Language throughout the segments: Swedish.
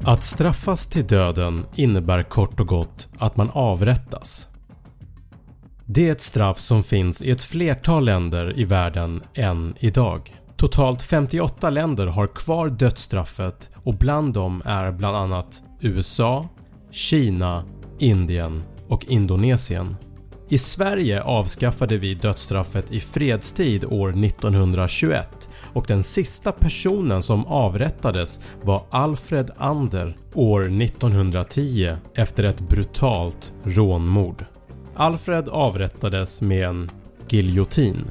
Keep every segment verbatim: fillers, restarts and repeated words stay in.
Att straffas till döden innebär kort och gott att man avrättas. Det är ett straff som finns i ett flertal länder i världen än idag. Totalt femtioåtta länder har kvar dödsstraffet och bland dem är bland annat U S A, Kina, Indien och Indonesien. I Sverige avskaffade vi dödsstraffet i fredstid år nittonhundratjugoett och den sista personen som avrättades var Alfred Ander år nittonhundratio efter ett brutalt rånmord. Alfred avrättades med en giljotin.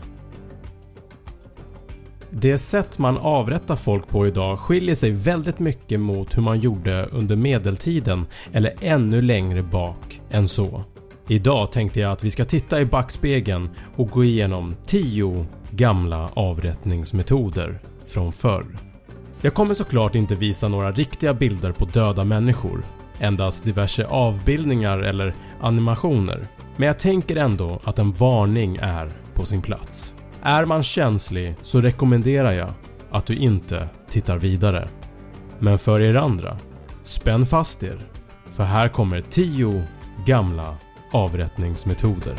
Det sätt man avrättar folk på idag skiljer sig väldigt mycket mot hur man gjorde under medeltiden eller ännu längre bak än så. Idag tänkte jag att vi ska titta i backspegeln och gå igenom tio gamla avrättningsmetoder från förr. Jag kommer såklart inte visa några riktiga bilder på döda människor, endast diverse avbildningar eller animationer. Men jag tänker ändå att en varning är på sin plats. Är man känslig så rekommenderar jag att du inte tittar vidare. Men för er andra, spänn fast er, för här kommer tio gamla avrättningsmetoder.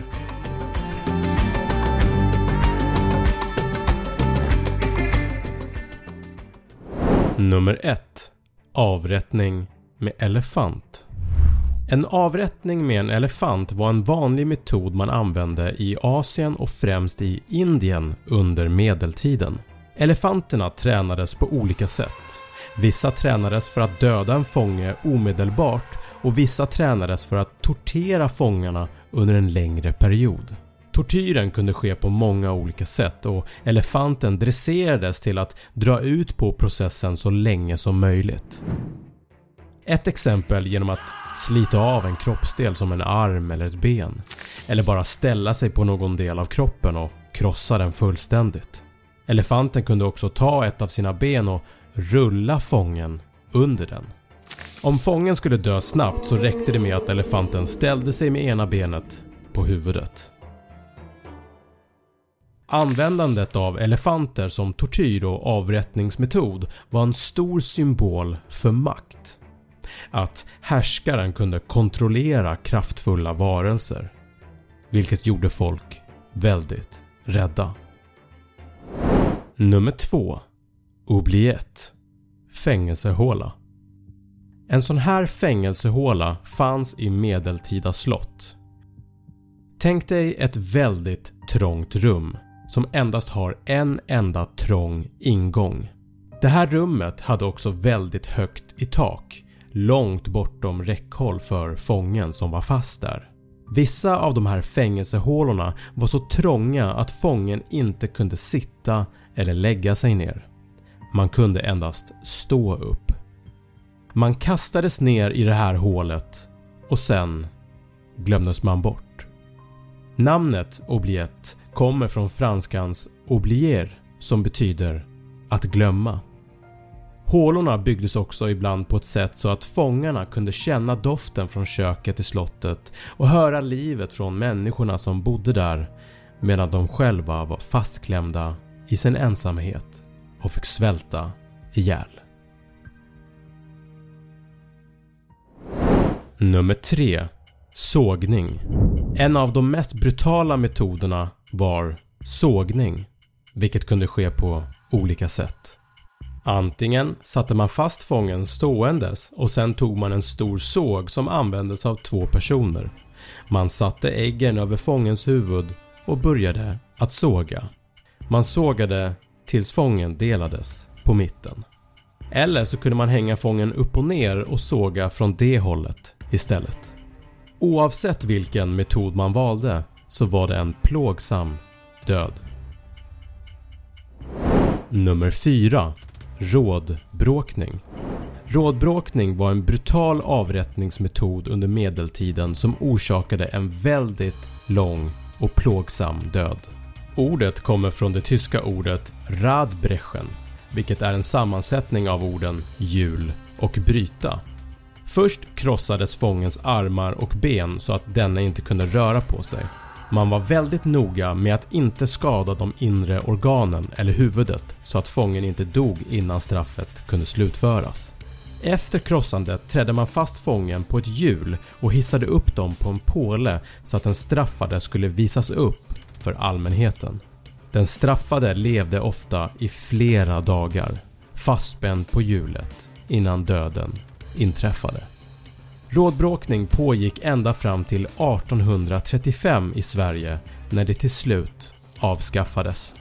Nummer ett. Avrättning med elefant. En avrättning med en elefant var en vanlig metod man använde i Asien och främst i Indien under medeltiden. Elefanterna tränades på olika sätt. Vissa tränades för att döda en fånge omedelbart och vissa tränades för att tortera fångarna under en längre period. Tortyren kunde ske på många olika sätt och elefanten dresserades till att dra ut på processen så länge som möjligt. Ett exempel genom att slita av en kroppsdel som en arm eller ett ben, eller bara ställa sig på någon del av kroppen och krossa den fullständigt. Elefanten kunde också ta ett av sina ben och rulla fången under den. Om fången skulle dö snabbt så räckte det med att elefanten ställde sig med ena benet på huvudet. Användandet av elefanter som tortyr och avrättningsmetod var en stor symbol för makt. Att härskaren kunde kontrollera kraftfulla varelser, vilket gjorde folk väldigt rädda. Nummer två. Oubliette. Fängelsehåla. En sån här fängelsehåla fanns i medeltida slott. Tänk dig ett väldigt trångt rum som endast har en enda trång ingång. Det här rummet hade också väldigt högt i tak, långt bortom räckhåll för fången som var fast där. Vissa av de här fängelsehålorna var så trånga att fången inte kunde sitta eller lägga sig ner. Man kunde endast stå upp. Man kastades ner i det här hålet och sen glömdes man bort. Namnet oubliette kommer från franskans oublier som betyder att glömma. Hålorna byggdes också ibland på ett sätt så att fångarna kunde känna doften från köket i slottet och höra livet från människorna som bodde där medan de själva var fastklämda i sin ensamhet och fick svälta ihjäl. Nummer tre. Sågning. En av de mest brutala metoderna var sågning, vilket kunde ske på olika sätt. Antingen satte man fast fången ståendes och sen tog man en stor såg som användes av två personer. Man satte äggen över fångens huvud och började att såga. Man sågade tills fången delades på mitten. Eller så kunde man hänga fången upp och ner och såga från det hållet istället. Oavsett vilken metod man valde så var det en plågsam död. Nummer fyra. Rådbråkning. Rådbråkning var en brutal avrättningsmetod under medeltiden som orsakade en väldigt lång och plågsam död. Ordet kommer från det tyska ordet Radbrechen, vilket är en sammansättning av orden hjul och bryta. Först krossades fångens armar och ben så att denna inte kunde röra på sig. Man var väldigt noga med att inte skada de inre organen eller huvudet så att fången inte dog innan straffet kunde slutföras. Efter krossandet trädde man fast fången på ett hjul och hissade upp dem på en påle så att den straffade skulle visas upp för allmänheten. Den straffade levde ofta i flera dagar fastspänd på hjulet innan döden inträffade. Rådbråkning pågick ända fram till artonhundratrettiofem i Sverige när det till slut avskaffades.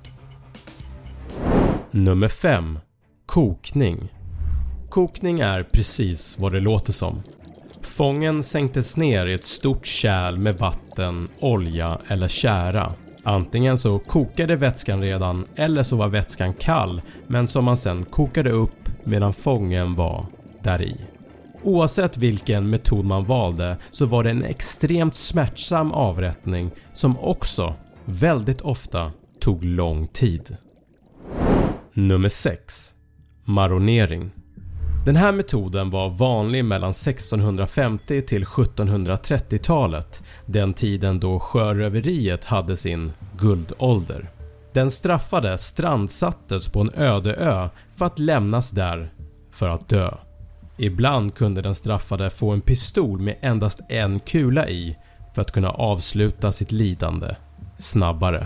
Nummer fem. Kokning. Kokning är precis vad det låter som. Fången sänktes ner i ett stort kärl med vatten, olja eller tjära. Antingen så kokade vätskan redan eller så var vätskan kall men som man sen kokade upp medan fången var där i. Oavsett vilken metod man valde så var det en extremt smärtsam avrättning som också väldigt ofta tog lång tid. Nummer sex. Maronering. Den här metoden var vanlig mellan sextonhundrafemtio till sjuttonhundratrettiotalet, den tiden då sjöröveriet hade sin guldålder. Den straffade strandsattes på en öde ö för att lämnas där för att dö. Ibland kunde den straffade få en pistol med endast en kula i för att kunna avsluta sitt lidande snabbare.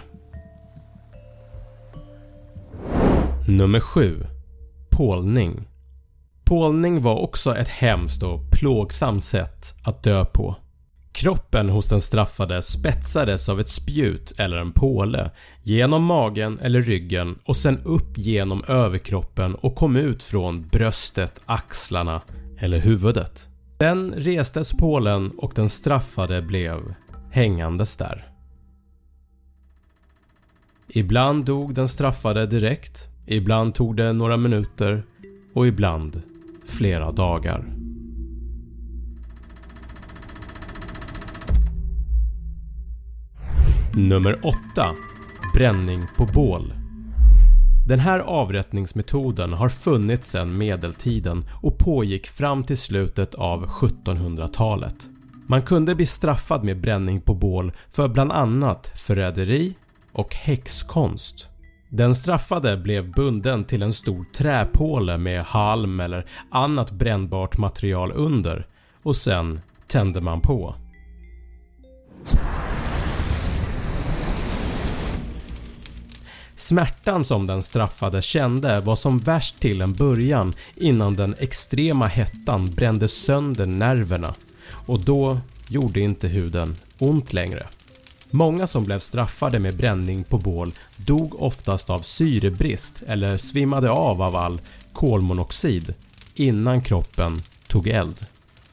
Nummer sju. Pålning. Pålning var också ett hemskt och plågsamt sätt att dö på. Kroppen hos den straffade spetsades av ett spjut eller en påle genom magen eller ryggen och sen upp genom överkroppen och kom ut från bröstet, axlarna eller huvudet. Sen restes pålen och den straffade blev hängandes där. Ibland dog den straffade direkt, ibland tog det några minuter och ibland flera dagar. Nummer åtta. Bränning på bål. Den här avrättningsmetoden har funnits sedan medeltiden och pågick fram till slutet av sjuttonhundratalet. Man kunde bli straffad med bränning på bål för bland annat förräderi och häxkonst. Den straffade blev bunden till en stor träpåle med halm eller annat brännbart material under och sen tände man på. Smärtan som den straffade kände var som värst till en början innan den extrema hettan brände sönder nerverna och då gjorde inte huden ont längre. Många som blev straffade med bränning på bål dog oftast av syrebrist eller svimmade av av all kolmonoxid innan kroppen tog eld.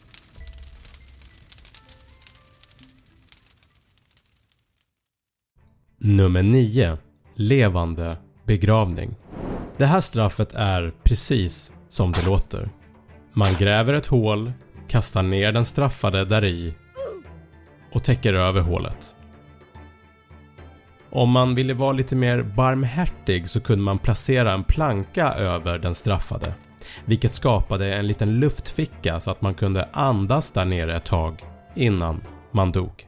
Nummer nio. Levande begravning. Det här straffet är precis som det låter. Man gräver ett hål, kastar ner den straffade där i och täcker över hålet. Om man ville vara lite mer barmhärtig så kunde man placera en planka över den straffade, vilket skapade en liten luftficka så att man kunde andas där nere ett tag innan man dog.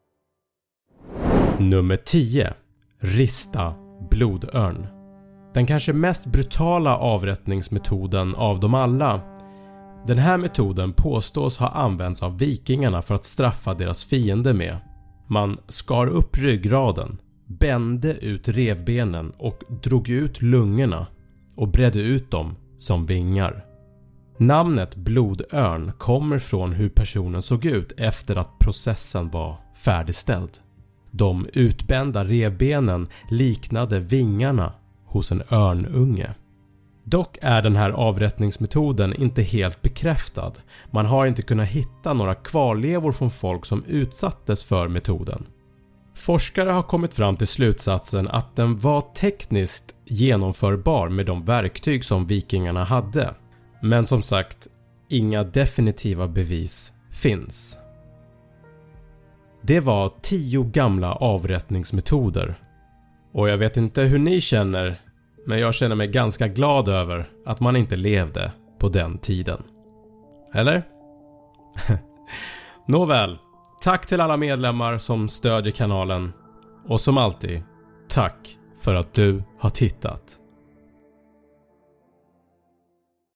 Nummer tio. Rista blodörn. Den kanske mest brutala avrättningsmetoden av dem alla. Den här metoden påstås ha använts av vikingarna för att straffa deras fiender med. Man skar upp ryggraden, bände ut revbenen och drog ut lungorna och bredde ut dem som vingar. Namnet blodörn kommer från hur personen såg ut efter att processen var färdigställd. De utbända revbenen liknade vingarna hos en örnunge. Dock är den här avrättningsmetoden inte helt bekräftad. Man har inte kunnat hitta några kvarlevor från folk som utsattes för metoden. Forskare har kommit fram till slutsatsen att den var tekniskt genomförbar med de verktyg som vikingarna hade. Men som sagt, inga definitiva bevis finns. Det var tio gamla avrättningsmetoder. Och jag vet inte hur ni känner, men jag känner mig ganska glad över att man inte levde på den tiden. Eller? Nåväl, tack till alla medlemmar som stödjer kanalen. Och som alltid, tack för att du har tittat.